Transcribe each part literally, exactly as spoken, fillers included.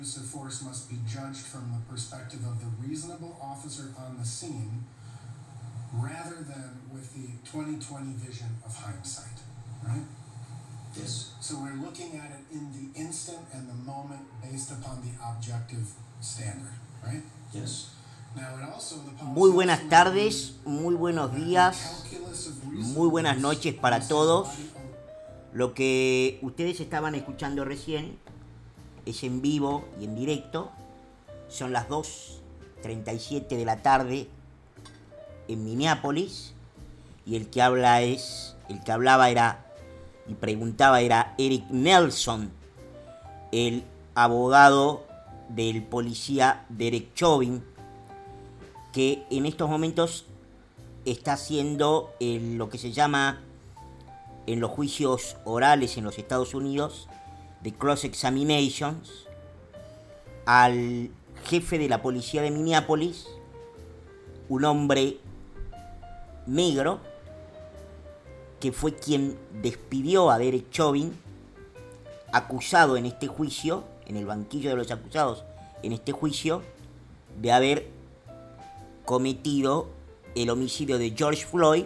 use of force must be judged from the perspective of the reasonable officer on the scene rather than with the twenty twenty vision of hindsight, right? Yes. So we're looking at it in the instant and the moment based upon the objective standard, right? Yes. Now it also the Muy buenas tardes, muy buenos días, muy buenas noches para todos. Lo que ustedes estaban escuchando recién es en vivo y en directo. Son las dos treinta y siete de la tarde en Minneapolis y el que habla es, el que hablaba era y preguntaba era Eric Nelson, el abogado del policía Derek Chauvin, que en estos momentos está haciendo el, lo que se llama en los juicios orales en los Estados Unidos de cross-examinations al jefe de la policía de Minneapolis, un hombre negro que fue quien despidió a Derek Chauvin, acusado en este juicio, en el banquillo de los acusados, en este juicio, de haber cometido el homicidio de George Floyd.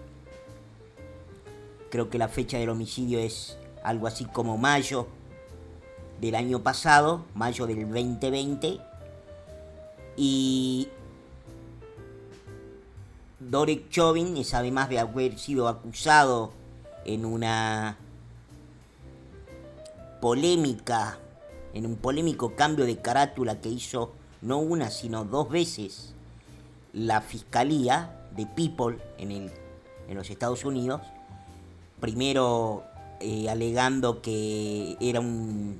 Creo que la fecha del homicidio es algo así como mayo del año pasado, mayo del veinte veinte. Y Derek Chauvin es, además de haber sido acusado en una polémica, en un polémico cambio de carátula que hizo no una sino dos veces la fiscalía de People en, el, en los Estados Unidos, primero eh, alegando que era un,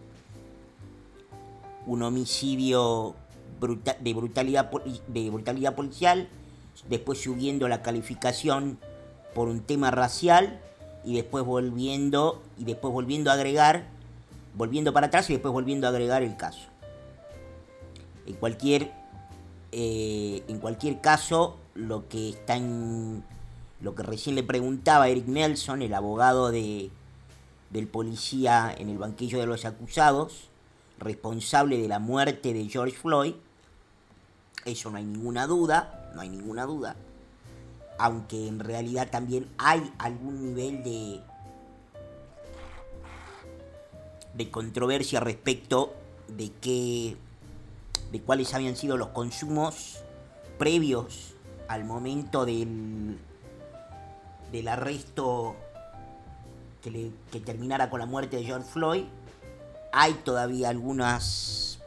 un homicidio bruta, de, brutalidad, de brutalidad policial, después subiendo la calificación por un tema racial y después volviendo y después volviendo a agregar, volviendo para atrás y después volviendo a agregar el caso. En cualquier eh, en cualquier caso, lo que está en lo que recién le preguntaba Eric Nelson, el abogado de del policía en el banquillo de los acusados, responsable de la muerte de George Floyd, eso no hay ninguna duda, no hay ninguna duda, aunque en realidad también hay algún nivel de de controversia respecto de qué, de cuáles habían sido los consumos previos al momento del del arresto que, le, que terminara con la muerte de George Floyd. Hay todavía algunas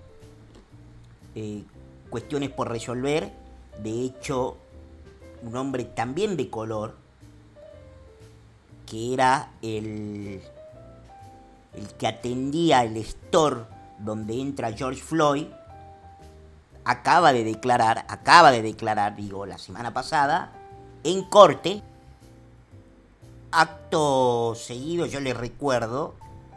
eh, cuestiones por resolver. De hecho, un hombre también de color, que era el, el que atendía el store donde entra George Floyd, acaba de declarar, acaba de declarar, digo, la semana pasada, en corte. Acto seguido, yo les recuerdo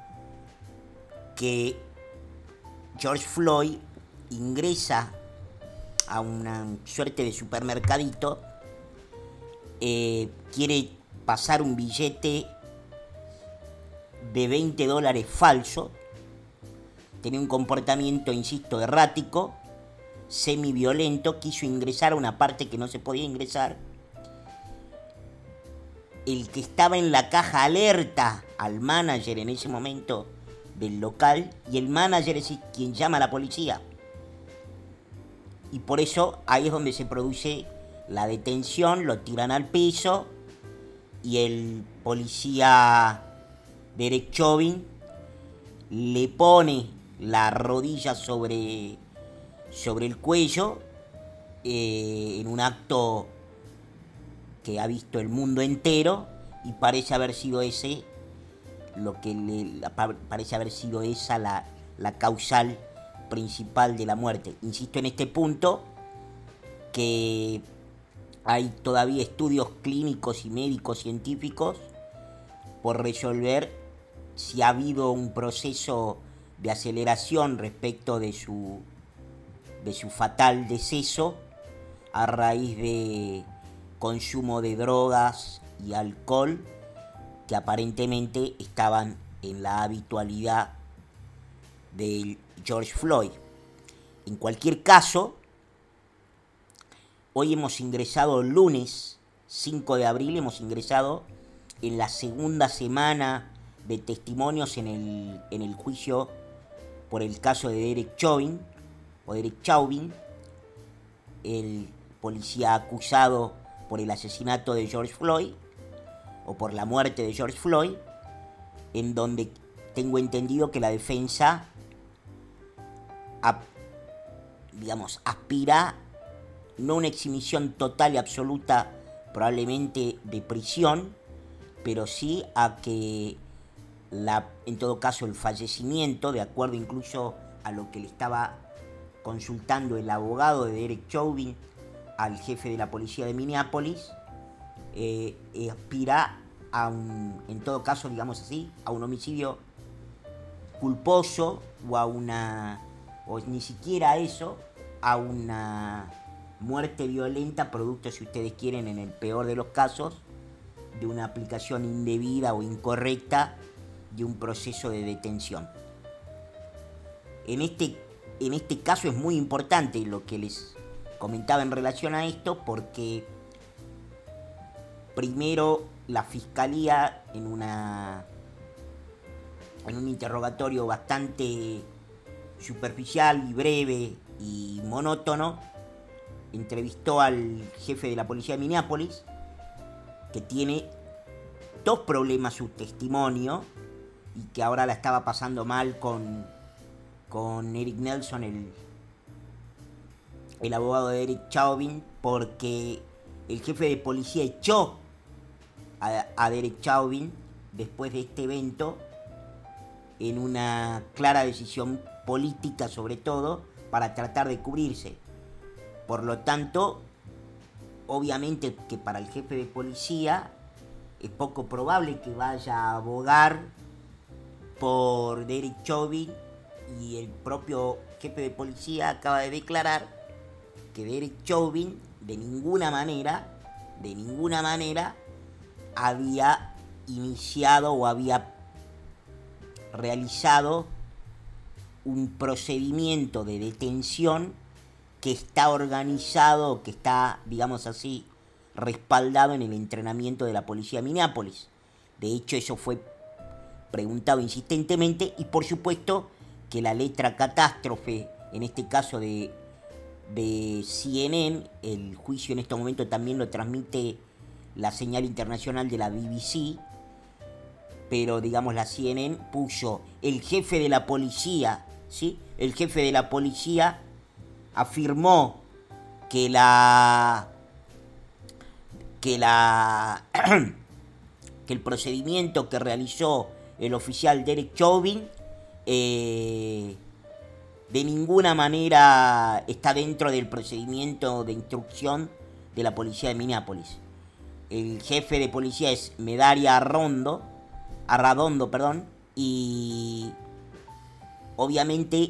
que George Floyd ingresa a una suerte de supermercadito, eh, quiere pasar un billete de veinte dólares falso, tenía un comportamiento, insisto, errático, semi-violento, quiso ingresar a una parte que no se podía ingresar. El que estaba en la caja alerta al manager en ese momento del local, y el manager es quien llama a la policía. Y por eso ahí es donde se produce la detención, lo tiran al piso y el policía Derek Chauvin le pone la rodilla sobre, sobre el cuello eh, en un acto que ha visto el mundo entero, y parece haber sido ese lo que le, parece haber sido esa la, la causal principal de la muerte. Insisto en este punto que hay todavía estudios clínicos y médicos científicos por resolver si ha habido un proceso de aceleración respecto de su de su fatal deceso a raíz de consumo de drogas y alcohol que aparentemente estaban en la habitualidad del George Floyd. En cualquier caso, hoy hemos ingresado el lunes cinco de abril, hemos ingresado en la segunda semana de testimonios en el, en el juicio por el caso de Derek Chauvin, o Derek Chauvin, el policía acusado por el asesinato de George Floyd, o por la muerte de George Floyd, en donde tengo entendido que la defensa, digamos, aspira no a una exhibición total y absoluta, probablemente de prisión, pero sí a que, la, en todo caso, el fallecimiento, de acuerdo incluso a lo que le estaba consultando el abogado de Derek Chauvin al jefe de la policía de Minneapolis, eh, eh, aspira a un, en todo caso, digamos así, a un homicidio culposo o a una, o ni siquiera a eso, a una muerte violenta, producto, si ustedes quieren, en el peor de los casos, de una aplicación indebida o incorrecta de un proceso de detención. En este, en este caso es muy importante lo que les comentaba en relación a esto, porque primero la fiscalía, en una en un interrogatorio bastante superficial y breve y monótono, entrevistó al jefe de la policía de Minneapolis, que tiene dos problemas su testimonio y que ahora la estaba pasando mal con, con Eric Nelson, el, el abogado de Derek Chauvin, porque el jefe de policía echó a, a Derek Chauvin después de este evento en una clara decisión política, sobre todo, para tratar de cubrirse. Por lo tanto, obviamente que para el jefe de policía es poco probable que vaya a abogar por Derek Chauvin, y el propio jefe de policía acaba de declarar que Derek Chauvin de ninguna manera, de ninguna manera había iniciado o había realizado un procedimiento de detención que está organizado, que está, digamos así, respaldado en el entrenamiento de la policía de Minneapolis. De hecho, eso fue preguntado insistentemente, y por supuesto que la letra catástrofe, en este caso de, de C N N, el juicio en este momento también lo transmite la señal internacional de la B B C, pero digamos la C N N puso el jefe de la policía, ¿sí? El jefe de la policía afirmó que la que la que el procedimiento que realizó el oficial Derek Chauvin eh, de ninguna manera está dentro del procedimiento de instrucción de la policía de Minneapolis. El jefe de policía es Medaria Arrondo, Arradondo, perdón, y obviamente,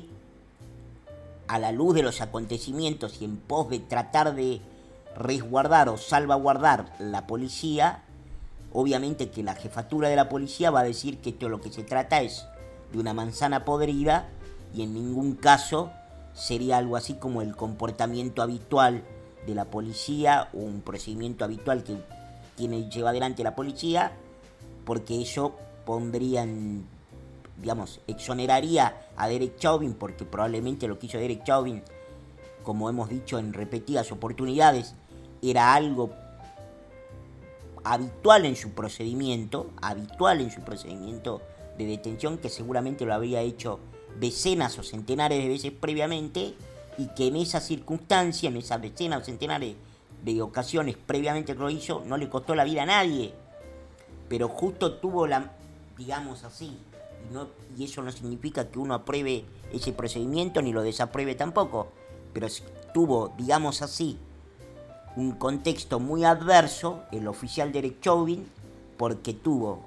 a la luz de los acontecimientos y en pos de tratar de resguardar o salvaguardar la policía, obviamente que la jefatura de la policía va a decir que esto lo que se trata es de una manzana podrida, y en ningún caso sería algo así como el comportamiento habitual de la policía o un procedimiento habitual que tiene, lleva adelante la policía, porque eso pondría en, digamos, exoneraría a Derek Chauvin, porque probablemente lo que hizo Derek Chauvin, como hemos dicho en repetidas oportunidades, era algo habitual en su procedimiento, habitual en su procedimiento de detención, que seguramente lo habría hecho decenas o centenares de veces previamente, y que en esa circunstancia, en esas decenas o centenares de ocasiones previamente que lo hizo, no le costó la vida a nadie, pero justo tuvo la, digamos así, y, no, y eso no significa que uno apruebe ese procedimiento ni lo desapruebe tampoco, pero tuvo, digamos así, un contexto muy adverso el oficial Derek Chauvin, porque tuvo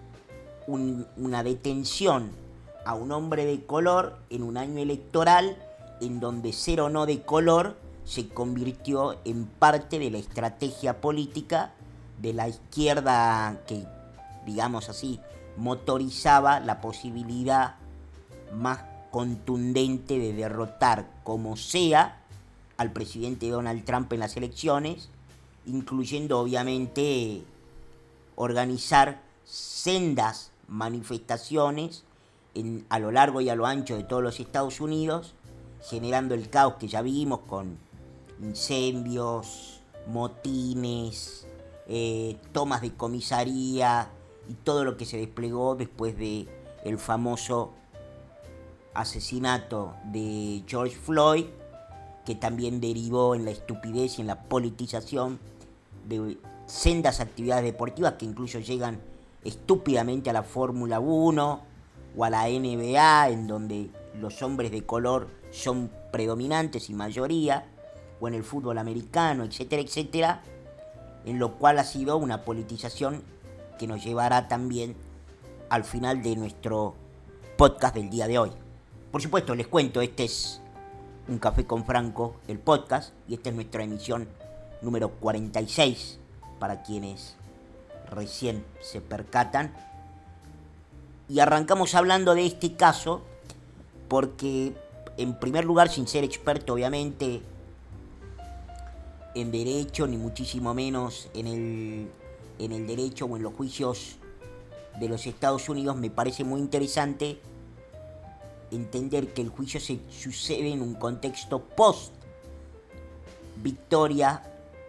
un, una detención a un hombre de color en un año electoral en donde ser o no de color se convirtió en parte de la estrategia política de la izquierda que, digamos así, motorizaba la posibilidad más contundente de derrotar como sea al presidente Donald Trump en las elecciones, incluyendo obviamente organizar sendas manifestaciones en, a lo largo y a lo ancho de todos los Estados Unidos, generando el caos que ya vimos con incendios, motines, eh, tomas de comisaría y todo lo que se desplegó después de el famoso asesinato de George Floyd, que también derivó en la estupidez y en la politización de sendas actividades deportivas que incluso llegan estúpidamente a la Fórmula uno o a la N B A, en donde los hombres de color son predominantes y mayoría, o en el fútbol americano, etcétera, etcétera, en lo cual ha sido una politización que nos llevará también al final de nuestro podcast del día de hoy. Por supuesto, les cuento, este es Un Café con Franco, el podcast, y esta es nuestra emisión número cuarenta y seis, para quienes recién se percatan. Y arrancamos hablando de este caso porque, en primer lugar, sin ser experto obviamente en derecho, ni muchísimo menos en el, en el derecho o en los juicios de los Estados Unidos, me parece muy interesante entender que el juicio se sucede en un contexto post victoria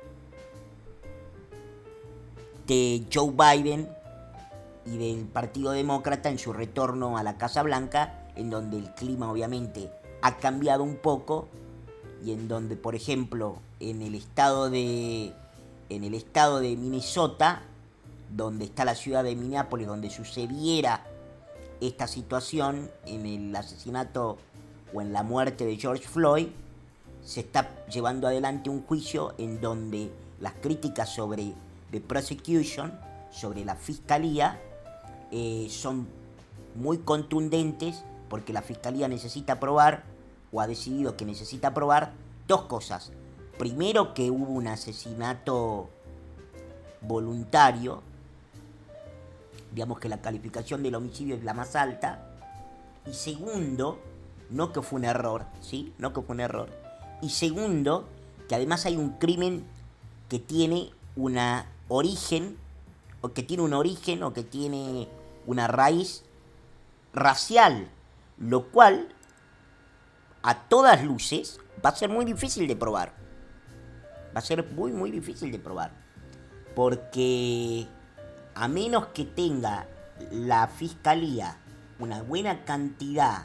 de Joe Biden y del Partido Demócrata en su retorno a la Casa Blanca, en donde el clima obviamente ha cambiado un poco y en donde, por ejemplo, en el estado de en el estado de Minnesota, donde está la ciudad de Minneapolis, donde sucediera esta situación, en el asesinato o en la muerte de George Floyd, se está llevando adelante un juicio en donde las críticas sobre the prosecution, sobre la fiscalía, eh, son muy contundentes, porque la fiscalía necesita probar, o ha decidido que necesita probar, dos cosas. Primero, que hubo un asesinato voluntario, digamos que la calificación del homicidio es la más alta. Y segundo, no que fue un error, ¿sí? No que fue un error. Y segundo, que además hay un crimen que tiene una origen, o que tiene un origen, o que tiene una raíz racial, lo cual, a todas luces, va a ser muy difícil de probar. Va a ser muy, muy difícil de probar. Porque a menos que tenga la fiscalía una buena cantidad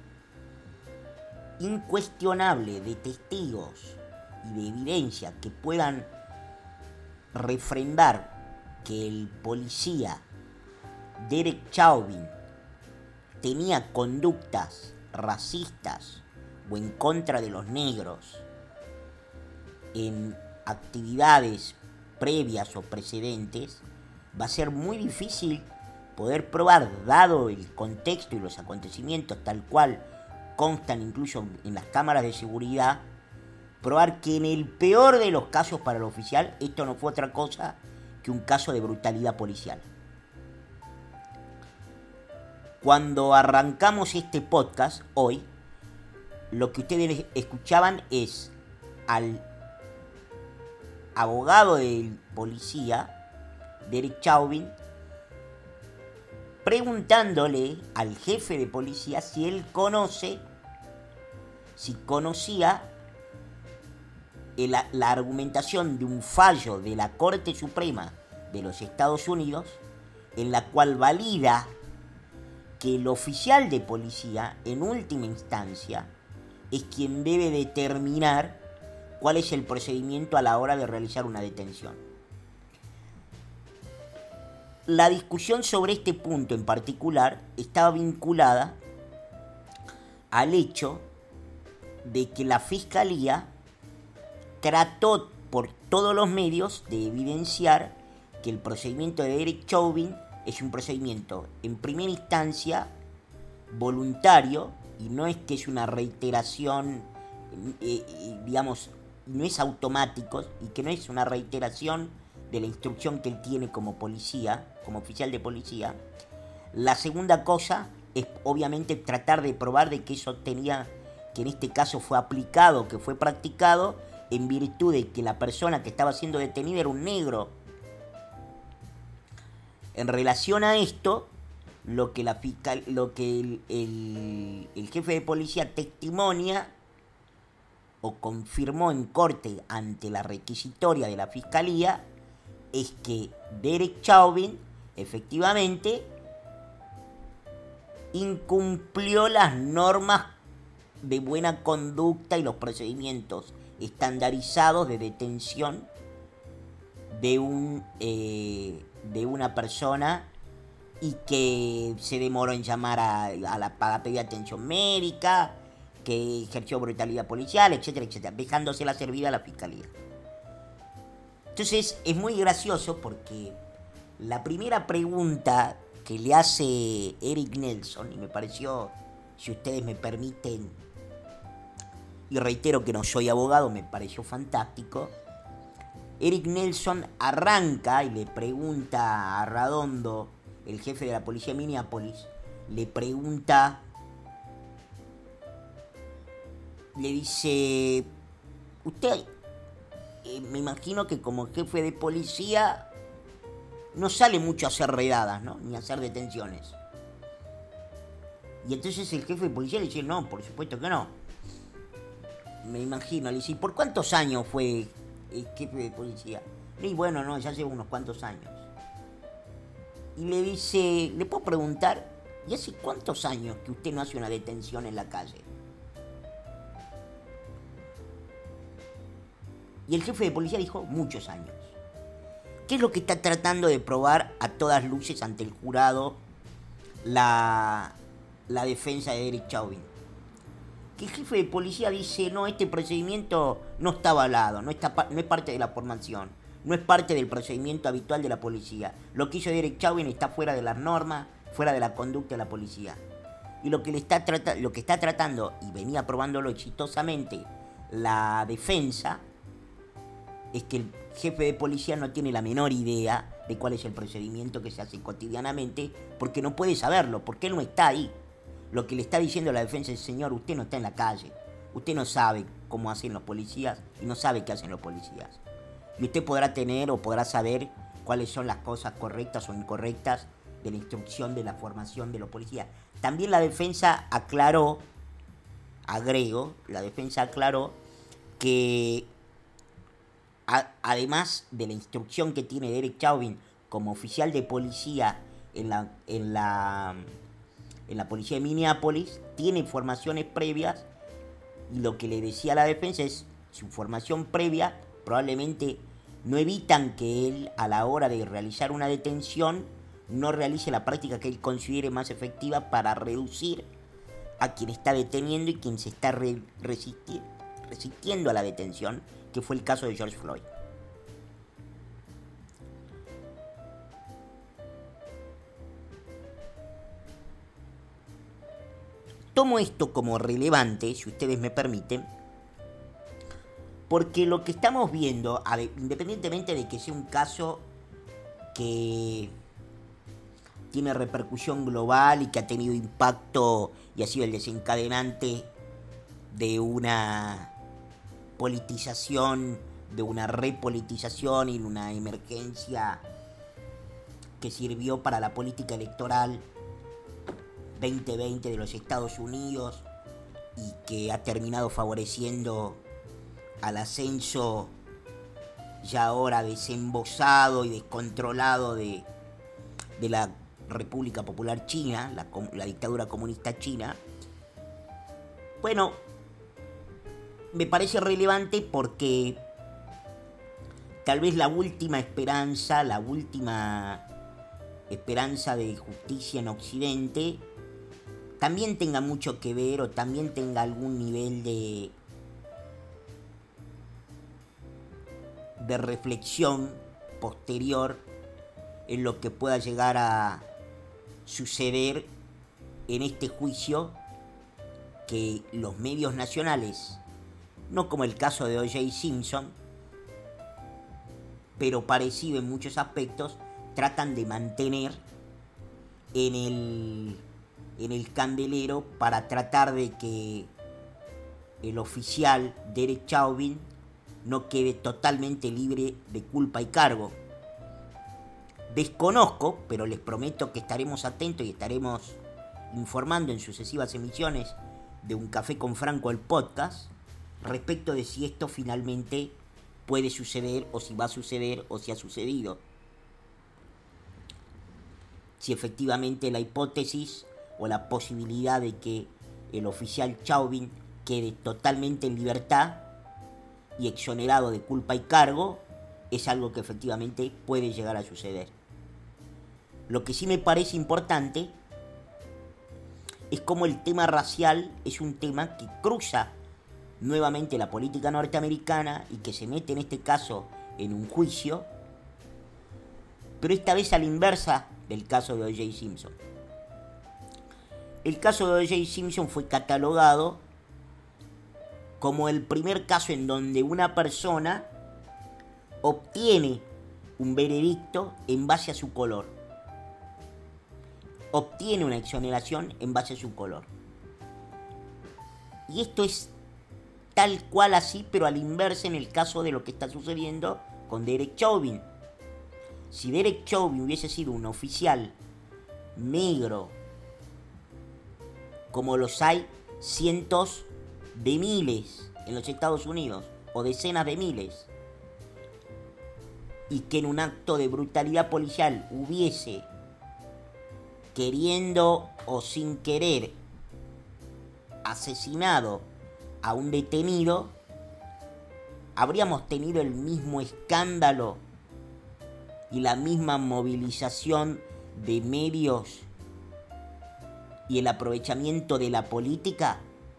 incuestionable de testigos y de evidencia que puedan refrendar que el policía Derek Chauvin tenía conductas racistas o en contra de los negros en actividades previas o precedentes, va a ser muy difícil poder probar, dado el contexto y los acontecimientos tal cual constan incluso en las cámaras de seguridad, probar que en el peor de los casos para el oficial esto no fue otra cosa que un caso de brutalidad policial. Cuando arrancamos este podcast hoy, lo que ustedes escuchaban es al abogado del policía, Derek Chauvin, preguntándole al jefe de policía si él conoce, si conocía el, la argumentación de un fallo de la Corte Suprema de los Estados Unidos, en la cual valida que el oficial de policía, en última instancia, es quien debe determinar cuál es el procedimiento a la hora de realizar una detención. La discusión sobre este punto en particular estaba vinculada al hecho de que la Fiscalía trató por todos los medios de evidenciar que el procedimiento de Derek Chauvin es un procedimiento en primera instancia voluntario, y no es que es una reiteración, eh, eh, digamos, no es automático, y que no es una reiteración de la instrucción que él tiene como policía, como oficial de policía. La segunda cosa es obviamente tratar de probar de que eso tenía, que en este caso fue aplicado, que fue practicado en virtud de que la persona que estaba siendo detenida era un negro. En relación a esto, lo que, la fiscal, lo que el, el, el jefe de policía testimonia o confirmó en corte ante la requisitoria de la fiscalía es que Derek Chauvin efectivamente incumplió las normas de buena conducta y los procedimientos estandarizados de detención de un eh, de una persona y que se demoró en llamar a, a la para pedir atención médica, que ejerció brutalidad policial, etcétera, etcétera, dejándose la servida a la fiscalía. Entonces es muy gracioso porque la primera pregunta que le hace Eric Nelson, y me pareció, si ustedes me permiten, y reitero que no soy abogado, me pareció fantástico. Eric Nelson arranca y le pregunta a Radondo, el jefe de la policía de Minneapolis, le pregunta, le dice, usted, eh, me imagino que como jefe de policía no sale mucho a hacer redadas, ¿no? Ni a hacer detenciones. Y entonces el jefe de policía le dice, no, por supuesto que no. Me imagino, le dice, ¿por cuántos años fue el jefe de policía? Y bueno, no, ya lleva unos cuantos años. Y le dice, ¿le puedo preguntar? ¿Y hace cuántos años que usted no hace una detención en la calle? Y el jefe de policía dijo, muchos años. ¿Qué es lo que está tratando de probar a todas luces ante el jurado la, la defensa de Derek Chauvin? Que el jefe de policía dice, no, este procedimiento no está avalado, no, está, no es parte de la formación, no es parte del procedimiento habitual de la policía. Lo que hizo Derek Chauvin está fuera de las normas, fuera de la conducta de la policía. Y lo que, le está, trata, lo que está tratando, y venía probándolo exitosamente, la defensa, es que el jefe de policía no tiene la menor idea de cuál es el procedimiento que se hace cotidianamente, porque no puede saberlo, porque él no está ahí. Lo que le está diciendo la defensa es, señor, usted no está en la calle, usted no sabe cómo hacen los policías y no sabe qué hacen los policías. Y usted podrá tener o podrá saber cuáles son las cosas correctas o incorrectas de la instrucción de la formación de los policías. También la defensa aclaró, agrego, la defensa aclaró que a, además de la instrucción que tiene Derek Chauvin como oficial de policía en la, en la, en la policía de Minneapolis, tiene formaciones previas, y lo que le decía a la defensa es, su formación previa probablemente no evitan que él, a la hora de realizar una detención, no realice la práctica que él considere más efectiva para reducir a quien está deteniendo y quien se está re resistir, resistiendo a la detención, que fue el caso de George Floyd. Tomo esto como relevante, si ustedes me permiten, porque lo que estamos viendo, a ver, independientemente de que sea un caso que tiene repercusión global y que ha tenido impacto y ha sido el desencadenante de una politización, de una repolitización y una emergencia que sirvió para la política electoral veinte veinte de los Estados Unidos y que ha terminado favoreciendo al ascenso ya ahora desembosado y descontrolado de, de la República Popular China, la, la dictadura comunista china. Bueno, me parece relevante porque tal vez la última esperanza, la última esperanza de justicia en Occidente también tenga mucho que ver o también tenga algún nivel de de reflexión posterior en lo que pueda llegar a suceder en este juicio que los medios nacionales, no como el caso de O J Simpson, pero parecido en muchos aspectos, tratan de mantener en el en el candelero para tratar de que el oficial Derek Chauvin no quede totalmente libre de culpa y cargo. Desconozco, pero les prometo que estaremos atentos y estaremos informando en sucesivas emisiones de Un Café con Franco, el podcast, respecto de si esto finalmente puede suceder o si va a suceder o si ha sucedido. Si efectivamente la hipótesis o la posibilidad de que el oficial Chauvin quede totalmente en libertad y exonerado de culpa y cargo es algo que efectivamente puede llegar a suceder. Lo que sí me parece importante es cómo el tema racial es un tema que cruza nuevamente la política norteamericana y que se mete en este caso en un juicio, pero esta vez a la inversa del caso de O J Simpson. El caso de O J Simpson fue catalogado como el primer caso en donde una persona obtiene un veredicto en base a su color. Obtiene una exoneración en base a su color. Y esto es tal cual así, pero a la inversa en el caso de lo que está sucediendo con Derek Chauvin. Si Derek Chauvin hubiese sido un oficial negro, como los hay cientos de miles en los Estados Unidos, o decenas de miles, y que en un acto de brutalidad policial hubiese, queriendo o sin querer, asesinado a un detenido, habríamos tenido el mismo escándalo y la misma movilización de medios y el aprovechamiento de la política.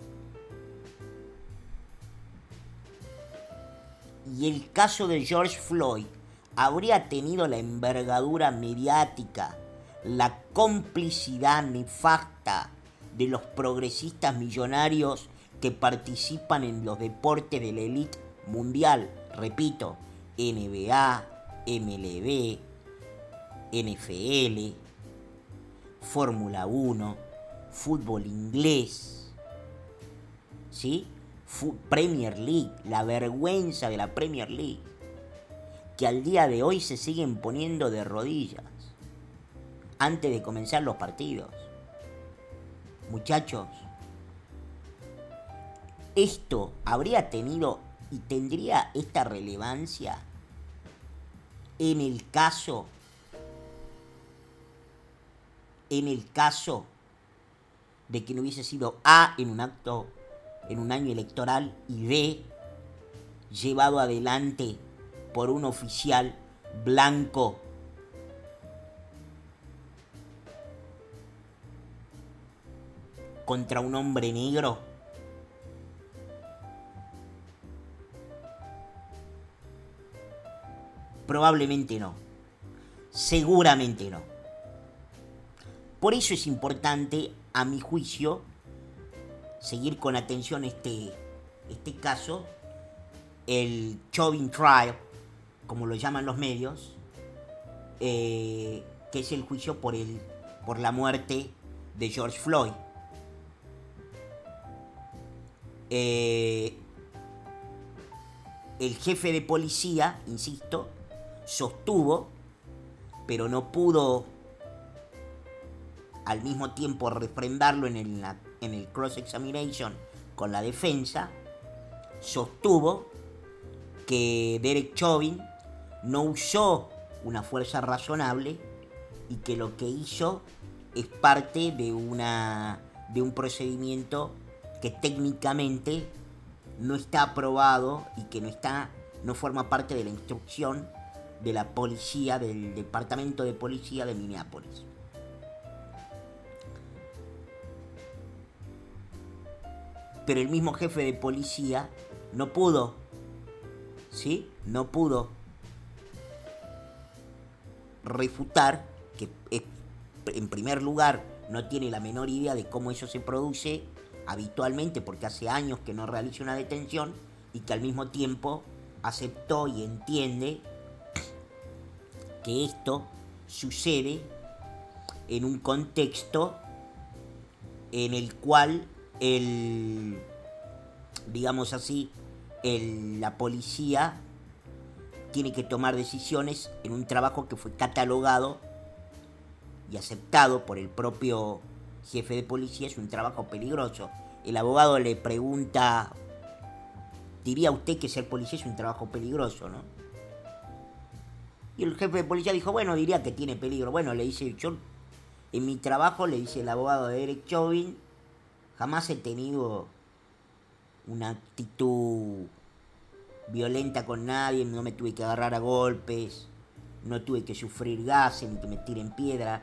Y el caso de George Floyd habría tenido la envergadura mediática, la complicidad nefasta de los progresistas millonarios que participan en los deportes de la élite mundial. Repito, N B A, M L B, N F L, Fórmula uno, fútbol inglés, ¿sí? Premier League, la vergüenza de la Premier League, que al día de hoy se siguen poniendo de rodillas antes de comenzar los partidos. Muchachos, esto habría tenido y tendría esta relevancia en el caso, en el caso de que no hubiese sido A, en un acto, en un año electoral, y B, llevado adelante por un oficial blanco contra un hombre negro. Probablemente no. Seguramente no. Por eso es importante, a mi juicio, seguir con atención este, este caso, el Chauvin Trial, como lo llaman los medios, eh, que es el juicio por, el, por la muerte de George Floyd. Eh, el jefe de policía, insisto, sostuvo, pero no pudo al mismo tiempo refrendarlo en el, en el cross-examination con la defensa, sostuvo que Derek Chauvin no usó una fuerza razonable y que lo que hizo es parte de, una, de un procedimiento que técnicamente no está aprobado y que no, está, no forma parte de la instrucción de la policía, del departamento de policía de Minneapolis. Pero el mismo jefe de policía no pudo, ¿sí? No pudo refutar que, en primer lugar, no tiene la menor idea de cómo eso se produce habitualmente, porque hace años que no realiza una detención, y que al mismo tiempo aceptó y entiende que esto sucede en un contexto en el cual el, digamos así, el, la policía tiene que tomar decisiones en un trabajo que fue catalogado y aceptado por el propio jefe de policía, es un trabajo peligroso. El abogado le pregunta, ¿diría usted que ser policía es un trabajo peligroso, no? Y el jefe de policía dijo, bueno, diría que tiene peligro. Bueno, le dice, yo en mi trabajo, le dice el abogado de Derek Chauvin, jamás he tenido una actitud violenta con nadie, no me tuve que agarrar a golpes, no tuve que sufrir gases ni que me tiren piedras.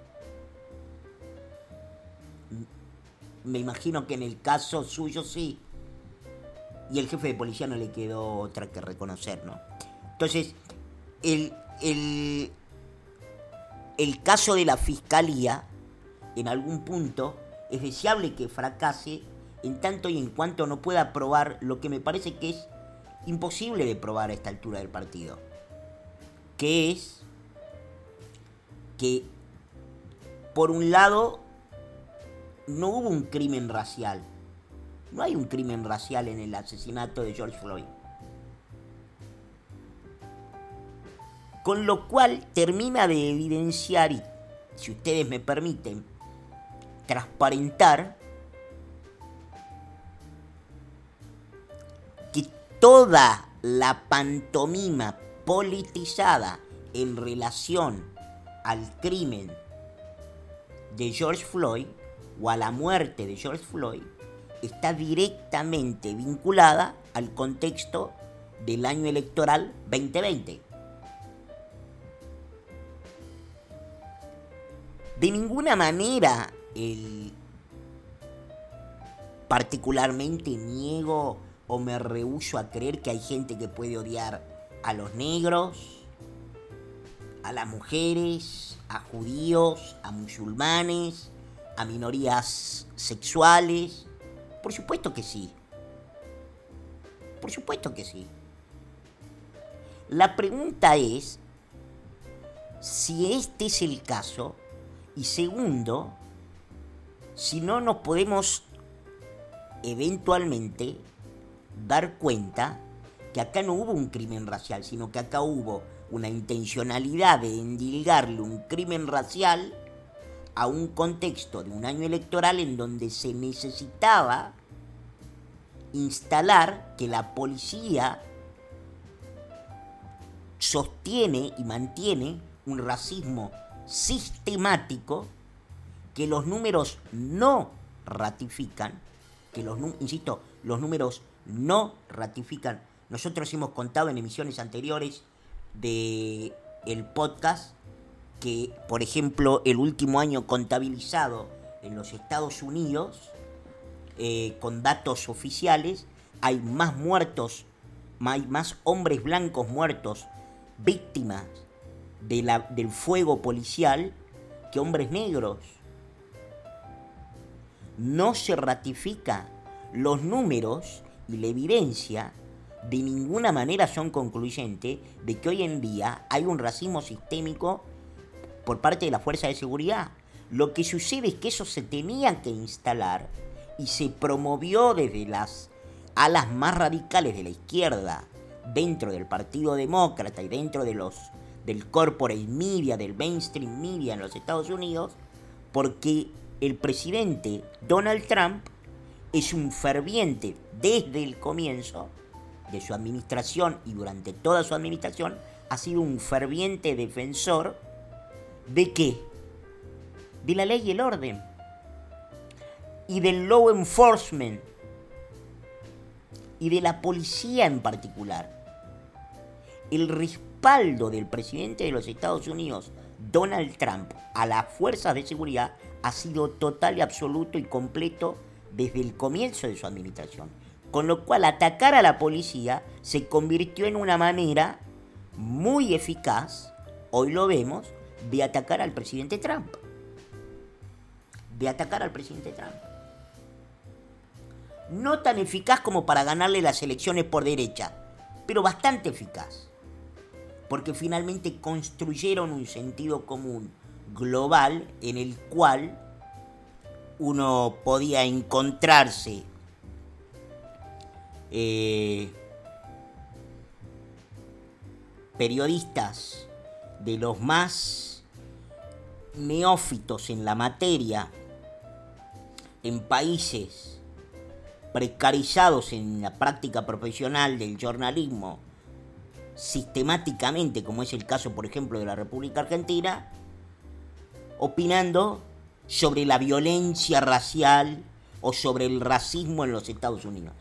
Me imagino que en el caso suyo sí. Y el jefe de policía no le quedó otra que reconocer, ¿no? Entonces, el, el, el caso de la fiscalía, en algún punto, es deseable que fracase en tanto y en cuanto no pueda probar lo que me parece que es imposible de probar a esta altura del partido, que es que, por un lado, no hubo un crimen racial. No hay un crimen racial en el asesinato de George Floyd. Con lo cual termina de evidenciar, y si ustedes me permiten, transparentar que toda la pantomima politizada en relación al crimen de George Floyd o a la muerte de George Floyd está directamente vinculada al contexto del año electoral veinte veinte. De ninguna manera, el, particularmente niego o me rehúso a creer que hay gente que puede odiar a los negros, a las mujeres, a judíos, a musulmanes, a minorías sexuales. Por supuesto que sí. Por supuesto que sí. La pregunta es si este es el caso, y segundo, si no nos podemos eventualmente dar cuenta que acá no hubo un crimen racial, sino que acá hubo una intencionalidad de endilgarle un crimen racial a un contexto de un año electoral en donde se necesitaba instalar que la policía sostiene y mantiene un racismo sistemático que los números no ratifican, que los, insisto, los números no ratifican. Nosotros hemos contado en emisiones anteriores de el podcast que, por ejemplo, el último año contabilizado en los Estados Unidos, eh, con datos oficiales, hay más muertos, hay más hombres blancos muertos, víctimas de la, del fuego policial, que hombres negros. No se ratifica. Los números y la evidencia de ninguna manera son concluyentes de que hoy en día hay un racismo sistémico por parte de la fuerza de seguridad. Lo que sucede es que eso se tenía que instalar y se promovió desde las alas más radicales de la izquierda, dentro del Partido Demócrata y dentro de los del corporate media, del mainstream media en los Estados Unidos, porque el presidente Donald Trump es un ferviente, desde el comienzo de su administración y durante toda su administración, ha sido un ferviente defensor ¿de qué? De la ley y el orden y del law enforcement y de la policía en particular. El respaldo del presidente de los Estados Unidos, Donald Trump, a las fuerzas de seguridad ha sido total y absoluto y completo desde el comienzo de su administración. Con lo cual, atacar a la policía se convirtió en una manera muy eficaz, hoy lo vemos, de atacar al presidente Trump. De atacar al presidente Trump. No tan eficaz como para ganarle las elecciones por derecha, pero bastante eficaz. Porque finalmente construyeron un sentido común global en el cual uno podía encontrarse eh, periodistas de los más neófitos en la materia, en países precarizados en la práctica profesional del jornalismo sistemáticamente, como es el caso, por ejemplo, de la República Argentina, opinando sobre la violencia racial o sobre el racismo en los Estados Unidos.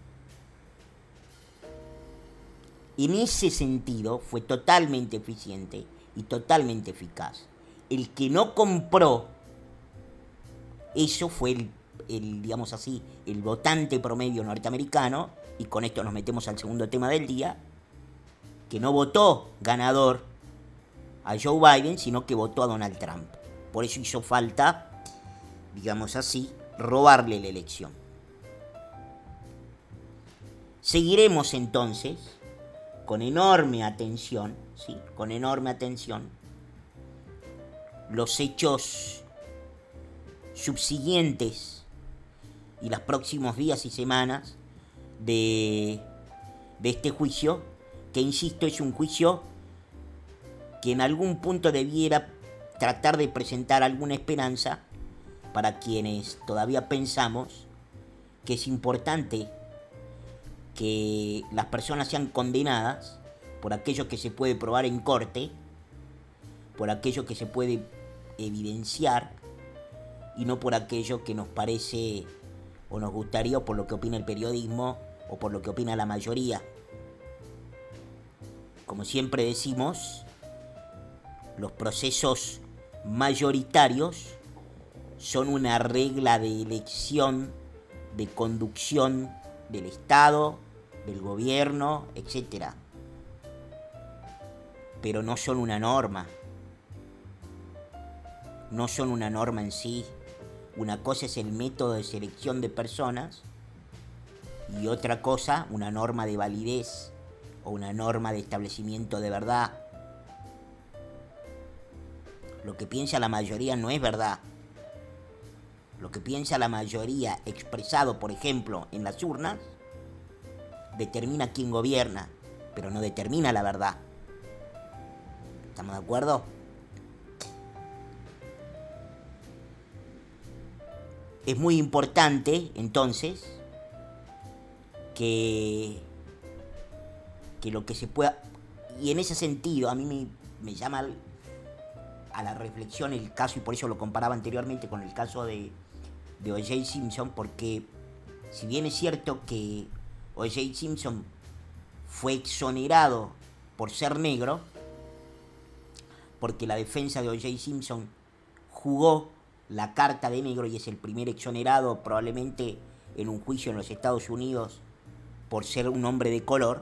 En ese sentido fue totalmente eficiente y totalmente eficaz. El que no compró eso fue el, el, digamos así, el votante promedio norteamericano, y con esto nos metemos al segundo tema del día, que no votó ganador a Joe Biden, sino que votó a Donald Trump. Por eso hizo falta, digamos así, robarle la elección. Seguiremos entonces con enorme atención, ¿sí? Con enorme atención, los hechos subsiguientes y los próximos días y semanas de, de este juicio, que insisto, es un juicio que en algún punto debiera tratar de presentar alguna esperanza para quienes todavía pensamos que es importante que las personas sean condenadas por aquello que se puede probar en corte, por aquello que se puede evidenciar, y no por aquello que nos parece o nos gustaría, o por lo que opina el periodismo, o por lo que opina la mayoría. Como siempre decimos, los procesos mayoritarios son una regla de elección, de conducción del Estado, del gobierno, etcétera. Pero no son una norma. No son una norma en sí. Una cosa es el método de selección de personas y otra cosa, una norma de validez o una norma de establecimiento de verdad. Lo que piensa la mayoría no es verdad. Lo que piensa la mayoría, expresado, por ejemplo, en las urnas, determina quién gobierna, pero no determina la verdad. ¿Estamos de acuerdo? Es muy importante, entonces, que, que lo que se pueda... Y en ese sentido, a mí me, me llama a la reflexión el caso, y por eso lo comparaba anteriormente con el caso de, de O J Simpson, porque si bien es cierto que O J Simpson fue exonerado por ser negro, porque la defensa de O J Simpson jugó la carta de negro y es el primer exonerado probablemente en un juicio en los Estados Unidos por ser un hombre de color,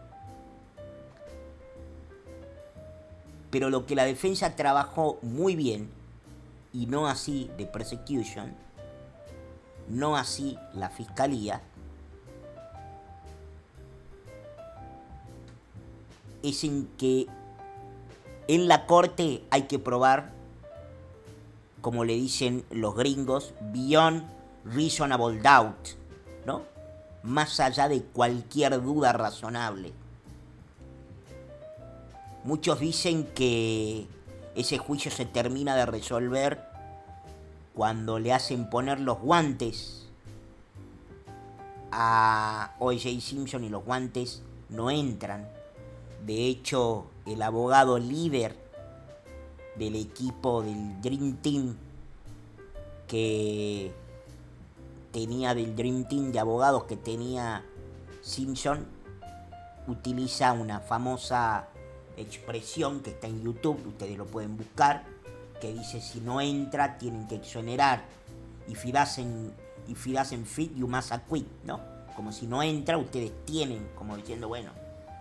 pero lo que la defensa trabajó muy bien, y no así de prosecution, no así la fiscalía, es en que en la corte hay que probar, como le dicen los gringos, beyond reasonable doubt, ¿no? Más allá de cualquier duda razonable. Muchos dicen que ese juicio se termina de resolver cuando le hacen poner los guantes a O J Simpson y los guantes no entran. De hecho, el abogado líder del equipo del Dream Team que tenía del Dream Team de abogados que tenía Simpson utiliza una famosa expresión que está en YouTube, ustedes lo pueden buscar, que dice: si no entra tienen que exonerar, if it doesn't, if it doesn't fit you must acquit, ¿no? Como si no entra ustedes tienen, como diciendo bueno.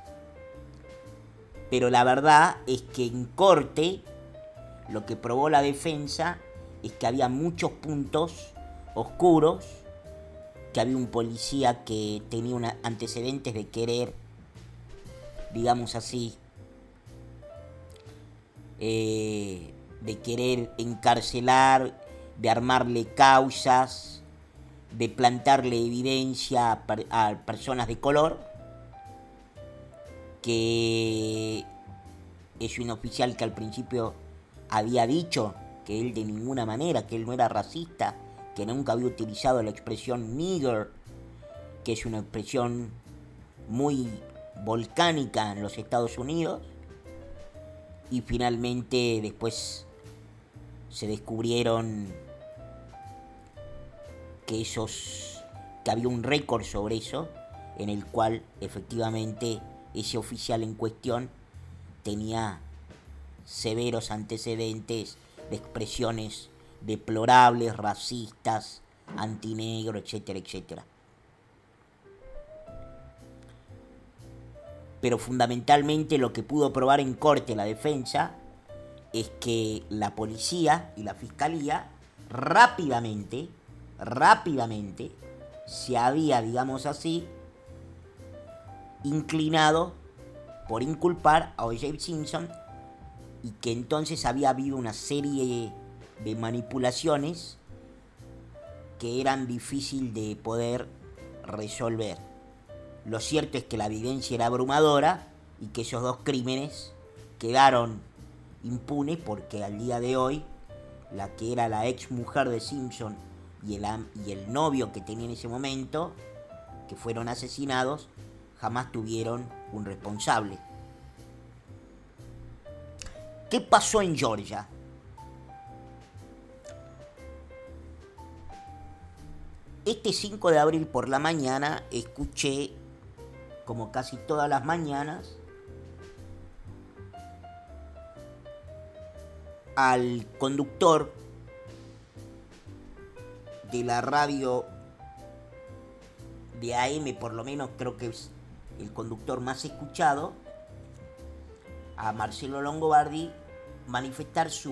Pero la verdad es que en corte lo que probó la defensa es que había muchos puntos oscuros, que había un policía que tenía una antecedentes de querer, digamos así, eh, de querer encarcelar de armarle causas, de plantarle evidencia a, per- a personas de color, que es un oficial que al principio había dicho que él de ninguna manera, que él no era racista, que nunca había utilizado la expresión nigger, que es una expresión muy volcánica en los Estados Unidos, y finalmente después se descubrieron que esos que había un récord sobre eso, en el cual efectivamente ese oficial en cuestión tenía severos antecedentes de expresiones deplorables, racistas, antinegro, etcétera, etcétera. Pero fundamentalmente lo que pudo probar en corte la defensa es que la policía y la fiscalía rápidamente, rápidamente se había, digamos así, inclinado por inculpar a O J Simpson, y que entonces había habido una serie de manipulaciones que eran difíciles de poder resolver. Lo cierto es que la evidencia era abrumadora y que esos dos crímenes quedaron impunes, porque al día de hoy la que era la ex mujer de Simpson y el, y el novio que tenía en ese momento, que fueron asesinados, jamás tuvieron un responsable. ¿Qué pasó en Georgia? Este cinco de abril por la mañana escuché, como casi todas las mañanas, al conductor de la radio de A M, por lo menos creo que es el conductor más escuchado, a Marcelo Longobardi, manifestar su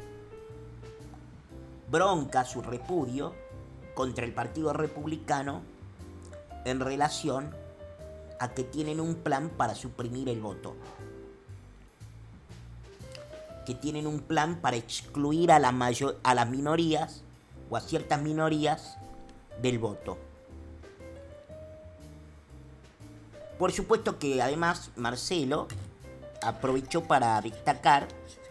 bronca, su repudio contra el Partido Republicano en relación a que tienen un plan para suprimir el voto, que tienen un plan para excluir a, la mayor, a las minorías o a ciertas minorías del voto. Por supuesto que además Marcelo aprovechó para destacar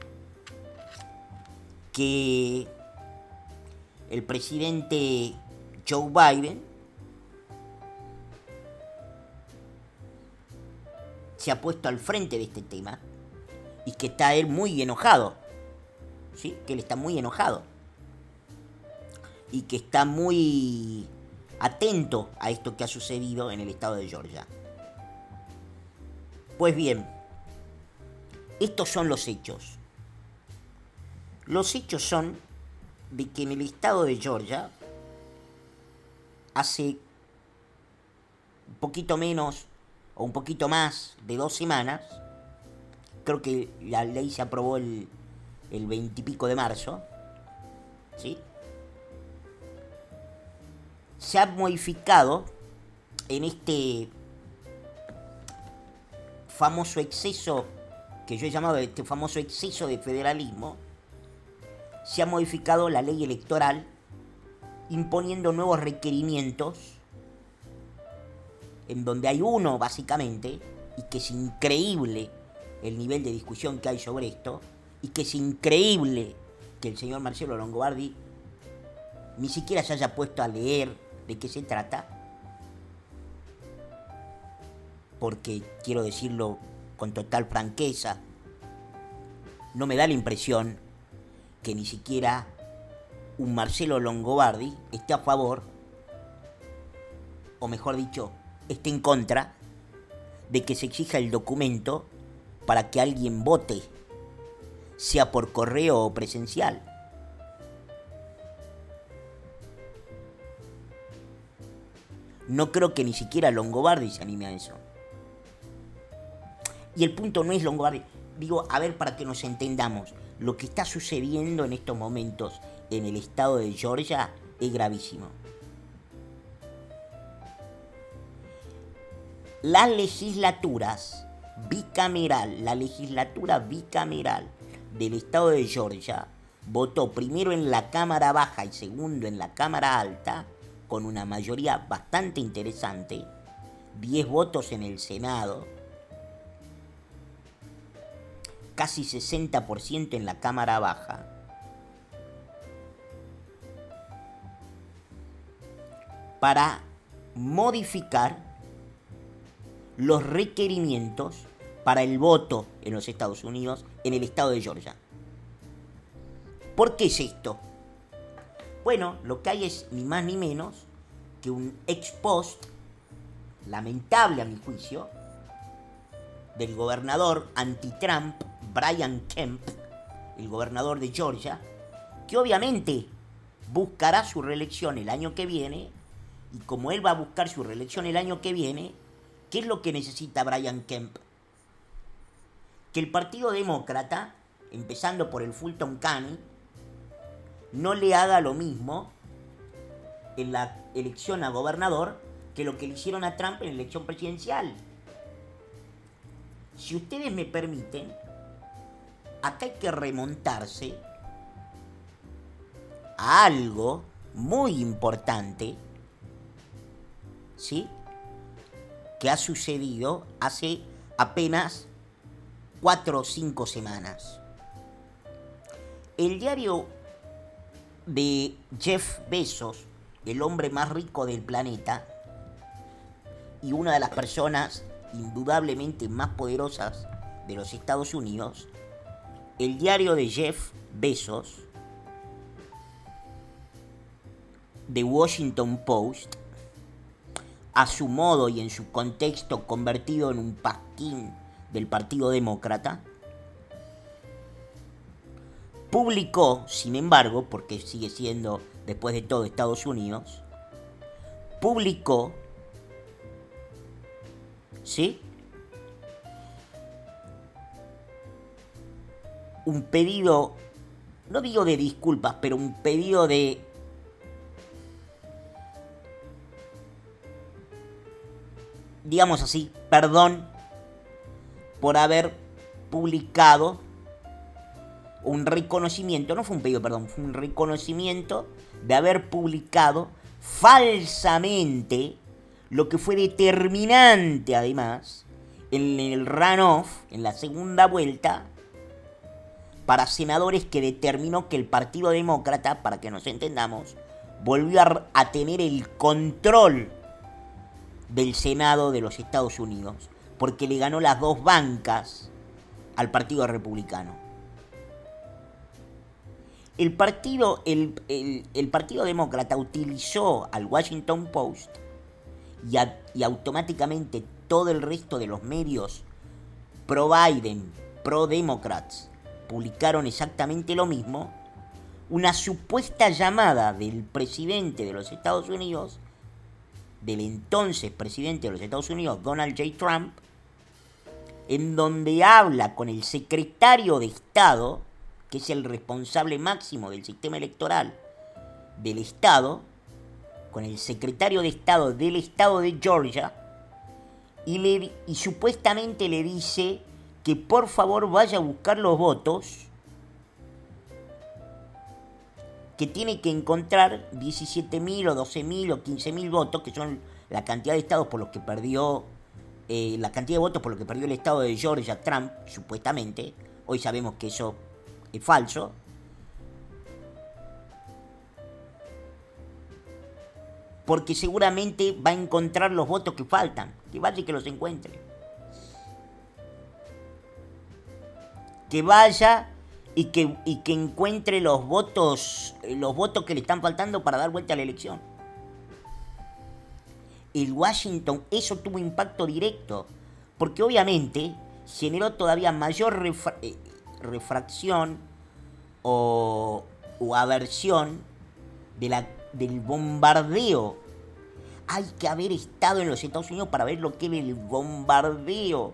que el presidente Joe Biden se ha puesto al frente de este tema y que está él muy enojado, ¿sí? Que él está muy enojado y que está muy atento a esto que ha sucedido en el estado de Georgia. Pues bien, estos son los hechos. Los hechos son de que en el estado de Georgia, hace un poquito menos o un poquito más de dos semanas, creo que la ley se aprobó el, el veintipico de marzo, ¿sí? Se ha modificado en este famoso exceso que yo he llamado este famoso exceso de federalismo, se ha modificado la ley electoral imponiendo nuevos requerimientos, en donde hay uno básicamente, y que es increíble el nivel de discusión que hay sobre esto, y que es increíble que el señor Marcelo Longobardi ni siquiera se haya puesto a leer de qué se trata, porque quiero decirlo con total franqueza, no me da la impresión que ni siquiera un Marcelo Longobardi esté a favor, o mejor dicho, esté en contra de que se exija el documento para que alguien vote, sea por correo o presencial. No creo que ni siquiera Longobardi se anime a eso. Y el punto no es Longobardi. Digo, a ver, para que nos entendamos, lo que está sucediendo en estos momentos en el estado de Georgia es gravísimo. Las legislaturas bicameral, la legislatura bicameral del estado de Georgia votó primero en la Cámara Baja y segundo en la Cámara Alta, con una mayoría bastante interesante, diez votos en el Senado, casi sesenta por ciento en la Cámara Baja, para modificar los requerimientos para el voto en los Estados Unidos en el estado de Georgia. ¿Por qué es esto? Bueno, lo que hay es ni más ni menos que un ex post, lamentable a mi juicio, del gobernador anti-Trump, Brian Kemp, el gobernador de Georgia, que obviamente buscará su reelección el año que viene, y como él va a buscar su reelección el año que viene, ¿qué es lo que necesita Brian Kemp? Que el Partido Demócrata, empezando por el Fulton County, no le haga lo mismo en la elección a gobernador que lo que le hicieron a Trump en la elección presidencial. Si ustedes me permiten, acá hay que remontarse a algo muy importante, ¿sí?, que ha sucedido hace apenas cuatro o cinco semanas. El diario de Jeff Bezos, el hombre más rico del planeta y una de las personas indudablemente más poderosas de los Estados Unidos, el diario de Jeff Bezos, The Washington Post, a su modo y en su contexto convertido en un pasquín del Partido Demócrata, publicó, sin embargo, porque sigue siendo después de todo Estados Unidos, publicó, ¿sí?, un pedido, no digo de disculpas, pero un pedido de digamos así, perdón por haber publicado un reconocimiento, no fue un pedido, perdón, fue un reconocimiento de haber publicado falsamente lo que fue determinante además en el runoff, en la segunda vuelta, para senadores que determinó que el Partido Demócrata, para que nos entendamos, volvió a, a tener el control del Senado de los Estados Unidos, porque le ganó las dos bancas al Partido Republicano. El partido, el, el, el partido Demócrata utilizó al Washington Post y, a, y automáticamente todo el resto de los medios pro-Biden, pro-Democrats, publicaron exactamente lo mismo, una supuesta llamada del presidente de los Estados Unidos, del entonces presidente de los Estados Unidos, Donald J. Trump, en donde habla con el secretario de Estado, que es el responsable máximo del sistema electoral del Estado, con el secretario de Estado del Estado de Georgia, y, le, y supuestamente le dice que por favor vaya a buscar los votos, que tiene que encontrar diecisiete mil o doce mil o quince mil votos, que son la cantidad de estados por los que perdió, eh, la cantidad de votos por los que perdió el estado de Georgia Trump, supuestamente. Hoy sabemos que eso es falso. Porque seguramente va a encontrar los votos que faltan, que vaya y que los encuentre. Que vaya y que, y que encuentre los votos, los votos que le están faltando para dar vuelta a la elección. El Washington, eso tuvo impacto directo, porque obviamente generó todavía mayor refra- eh, refracción o, o aversión de la, del bombardeo. Hay que haber estado en los Estados Unidos para ver lo que es el bombardeo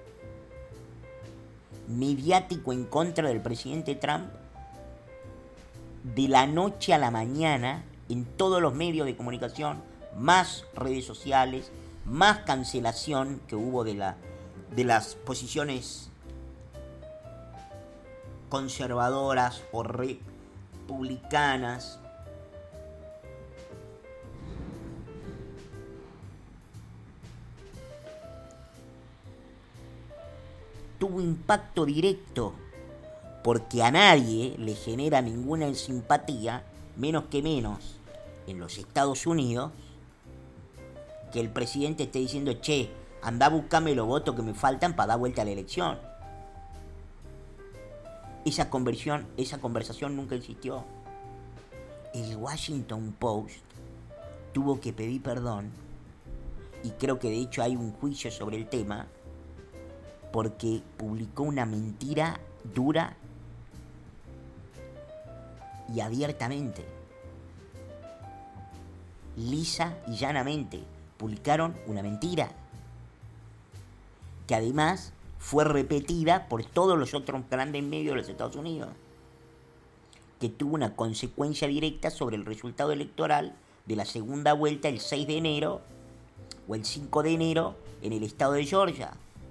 mediático en contra del presidente Trump de la noche a la mañana en todos los medios de comunicación, más redes sociales, más cancelación que hubo de, la, de las posiciones conservadoras o, re, republicanas, tuvo impacto directo, porque a nadie le genera ninguna simpatía, menos que menos, en los Estados Unidos, que el presidente esté diciendo, che, andá a buscarme los votos que me faltan para dar vuelta a la elección. Esa conversión, esa conversación nunca existió. El Washington Post tuvo que pedir perdón, y creo que de hecho hay un juicio sobre el tema, porque publicó una mentira dura y abiertamente, lisa y llanamente. Publicaron una mentira que además fue repetida por todos los otros grandes medios de los Estados Unidos, que tuvo una consecuencia directa sobre el resultado electoral de la segunda vuelta el seis de enero o el cinco de enero en el estado de Georgia.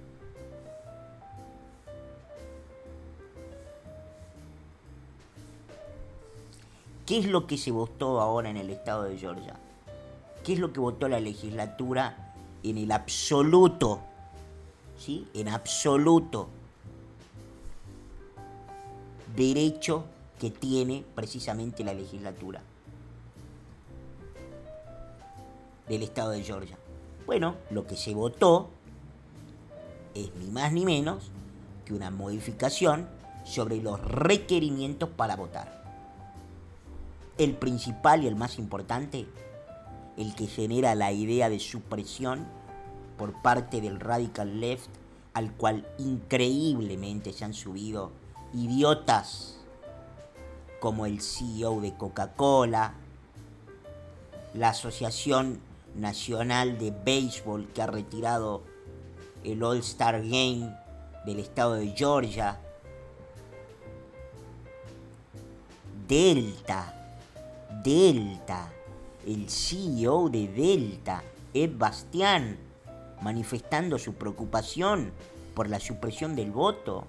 ¿Qué es lo que se votó ahora en el estado de Georgia? ¿Qué es lo que votó la legislatura en el absoluto? ¿Sí? En absoluto. Derecho que tiene precisamente la legislatura del estado de Georgia. Bueno, lo que se votó es ni más ni menos que una modificación sobre los requerimientos para votar. El principal y el más importante, el que genera la idea de supresión por parte del radical left, al cual increíblemente se han subido idiotas como el C E O de Coca-Cola, la Asociación Nacional de Béisbol, que ha retirado el All-Star Game del estado de Georgia, Delta, Delta, el C E O de Delta, Ed Bastian, manifestando su preocupación por la supresión del voto.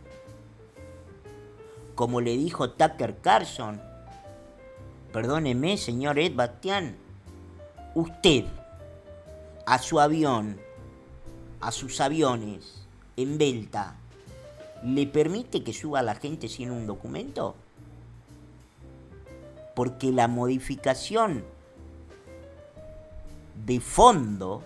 Como le dijo Tucker Carlson, perdóneme, señor Ed Bastian, usted a su avión, a sus aviones en Delta, ¿le permite que suba a la gente sin un documento? Porque la modificación de fondo,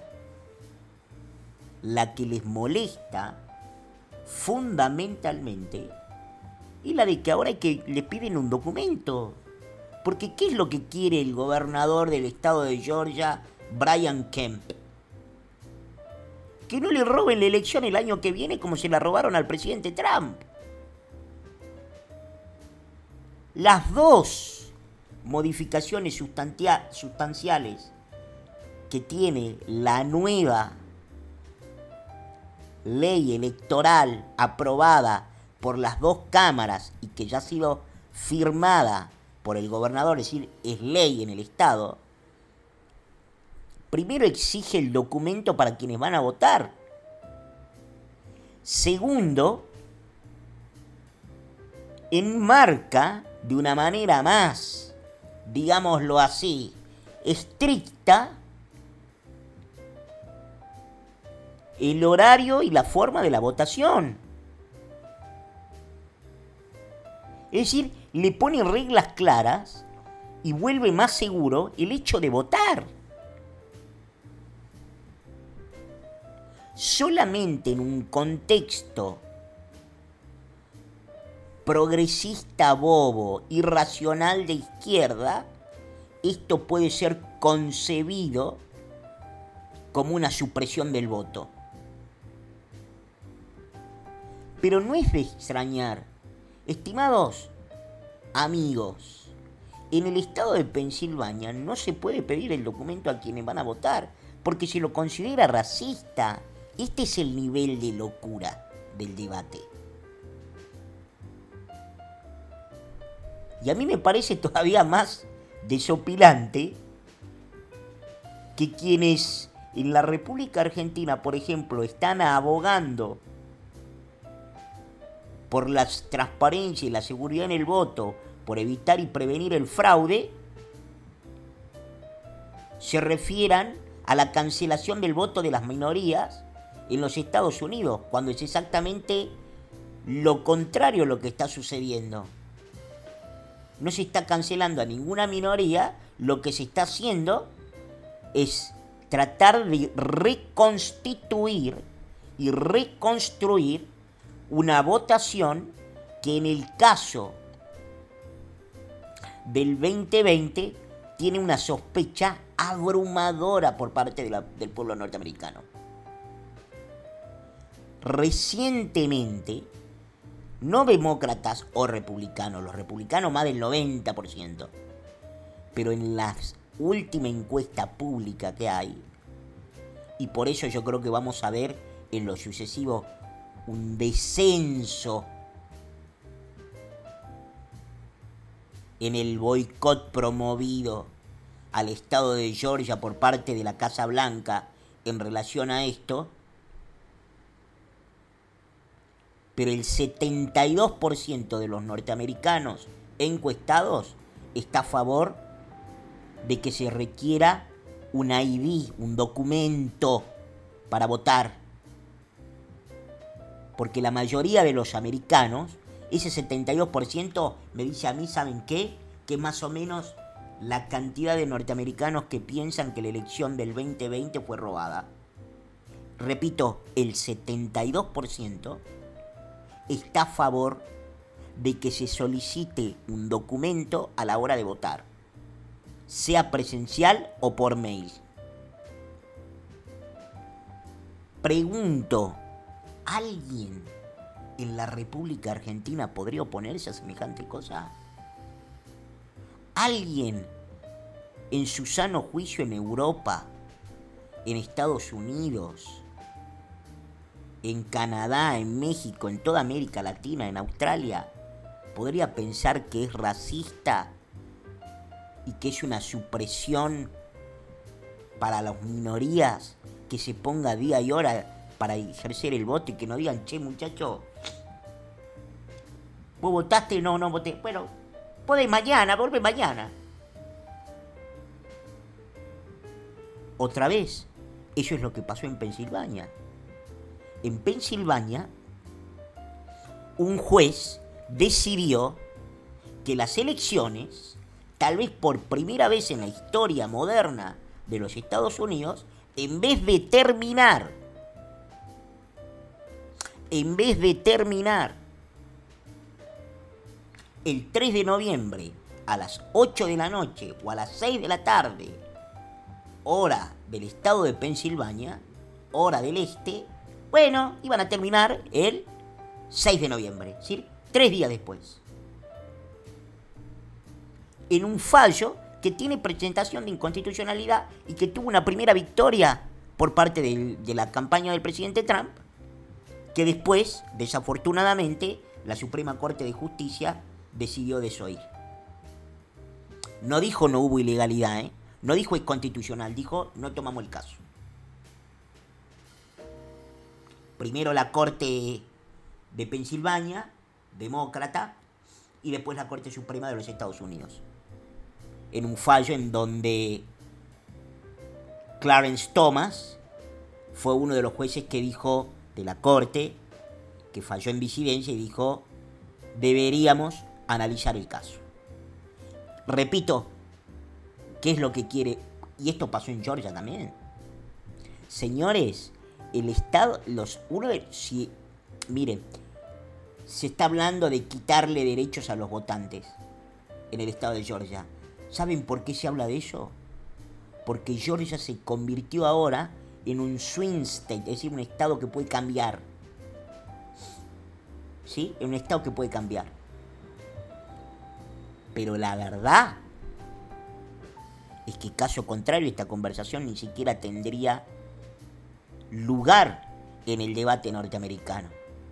la que les molesta fundamentalmente, es la de que ahora hay que le piden un documento. Porque ¿qué es lo que quiere el gobernador del estado de Georgia, Brian Kemp? Que no le roben la elección el año que viene como se la robaron al presidente Trump. Las dos modificaciones sustancia- sustanciales que tiene la nueva ley electoral aprobada por las dos cámaras y que ya ha sido firmada por el gobernador, es decir, es ley en el estado, primero exige el documento para quienes van a votar. Segundo, enmarca de una manera más, digámoslo así, estricta, el horario y la forma de la votación. Es decir, le pone reglas claras y vuelve más seguro el hecho de votar. Solamente en un contexto progresista bobo, irracional de izquierda, esto puede ser concebido como una supresión del voto. Pero no es de extrañar, estimados amigos, en el estado de Pensilvania no se puede pedir el documento a quienes van a votar, porque se lo considera racista. Este es el nivel de locura del debate. Y a mí me parece todavía más desopilante que quienes en la República Argentina, por ejemplo, están abogando por la transparencia y la seguridad en el voto, por evitar y prevenir el fraude, se refieran a la cancelación del voto de las minorías en los Estados Unidos, cuando es exactamente lo contrario a lo que está sucediendo. No se está cancelando a ninguna minoría, lo que se está haciendo es tratar de reconstituir y reconstruir una votación que en el caso del veinte veinte tiene una sospecha abrumadora por parte de la, del pueblo norteamericano. Recientemente, no demócratas o republicanos, los republicanos más del noventa por ciento, pero en la última encuesta pública que hay, y por eso yo creo que vamos a ver en lo sucesivo un descenso en el boicot promovido al estado de Georgia por parte de la Casa Blanca en relación a esto, pero el setenta y dos por ciento de los norteamericanos encuestados está a favor de que se requiera un I D, un documento para votar. Porque la mayoría de los americanos, ese setenta y dos por ciento me dice a mí, ¿saben qué? Que más o menos la cantidad de norteamericanos que piensan que la elección del veinte veinte fue robada. Repito, el setenta y dos por ciento está a favor de que se solicite un documento a la hora de votar, sea presencial o por mail. Pregunto, ¿alguien en la República Argentina podría oponerse a semejante cosa? ¿Alguien en su sano juicio en Europa, en Estados Unidos, en Canadá, en México, en toda América Latina, en Australia, podría pensar que es racista y que es una supresión para las minorías que se ponga día y hora para ejercer el voto y que no digan, che, muchacho, ¿vos votaste? No, no voté. Bueno, podés mañana, volvé mañana. Otra vez, eso es lo que pasó en Pensilvania. En Pensilvania, un juez decidió que las elecciones, tal vez por primera vez en la historia moderna de los Estados Unidos, en vez de terminar, en vez de terminar el tres de noviembre a las ocho de la noche o a las seis de la tarde, hora del estado de Pensilvania, hora del este, bueno, iban a terminar el seis de noviembre, es decir, tres días después. En un fallo que tiene presentación de inconstitucionalidad y que tuvo una primera victoria por parte de, de la campaña del presidente Trump, que después, desafortunadamente, la Suprema Corte de Justicia decidió desoír. No dijo no hubo ilegalidad, ¿eh? No dijo es constitucional, dijo no tomamos el caso. Primero la Corte de Pensilvania, demócrata, y después la Corte Suprema de los Estados Unidos. En un fallo en donde Clarence Thomas fue uno de los jueces que dijo de la Corte, que falló en disidencia y dijo, deberíamos analizar el caso. Repito, ¿qué es lo que quiere? Y esto pasó en Georgia también. Señores, el Estado, los, uno de, si, miren, se está hablando de quitarle derechos a los votantes en el estado de Georgia. ¿Saben por qué se habla de eso? Porque Georgia se convirtió ahora en un swing state, es decir, un estado que puede cambiar. ¿Sí? En un estado que puede cambiar. Pero la verdad es que caso contrario esta conversación ni siquiera tendría lugar en el debate norteamericano.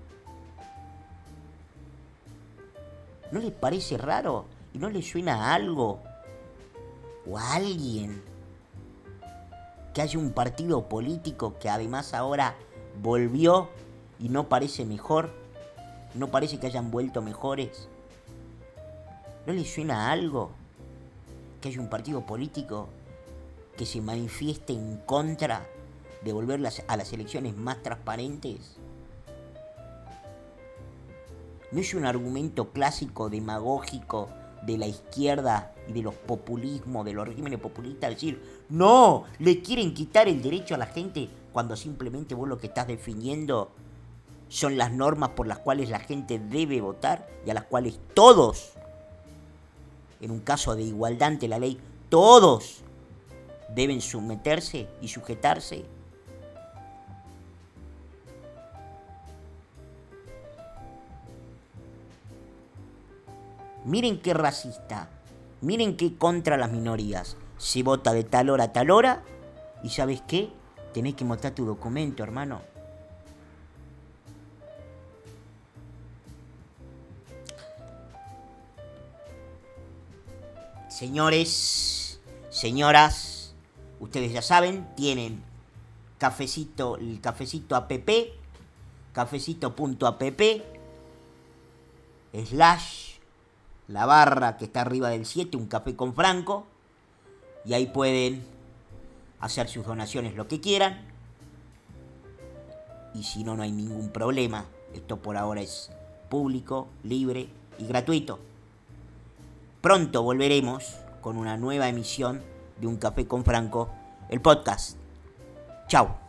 ¿No les parece raro? ¿Y no les suena a algo o a alguien que haya un partido político que además ahora volvió y no parece mejor? ¿No parece que hayan vuelto mejores? ¿No les suena algo que haya un partido político que se manifieste en contra de volver las, a las elecciones más transparentes? ¿No es un argumento clásico, demagógico, de la izquierda y de los populismos, de los regímenes populistas, decir, no, le quieren quitar el derecho a la gente cuando simplemente vos lo que estás definiendo son las normas por las cuales la gente debe votar y a las cuales todos, en un caso de igualdad ante la ley, todos deben someterse y sujetarse? Miren qué racista, miren qué contra las minorías. Se vota de tal hora a tal hora y ¿sabes qué? Tenés que mostrar tu documento, hermano. Señores, señoras, ustedes ya saben, tienen cafecito, el cafecito app, cafecito.app, slash, la barra que está arriba del siete, un café con Franco, y ahí pueden hacer sus donaciones lo que quieran, y si no, no hay ningún problema. Esto por ahora es público, libre y gratuito. Pronto volveremos con una nueva emisión de Un Café con Franco, el podcast. Chau.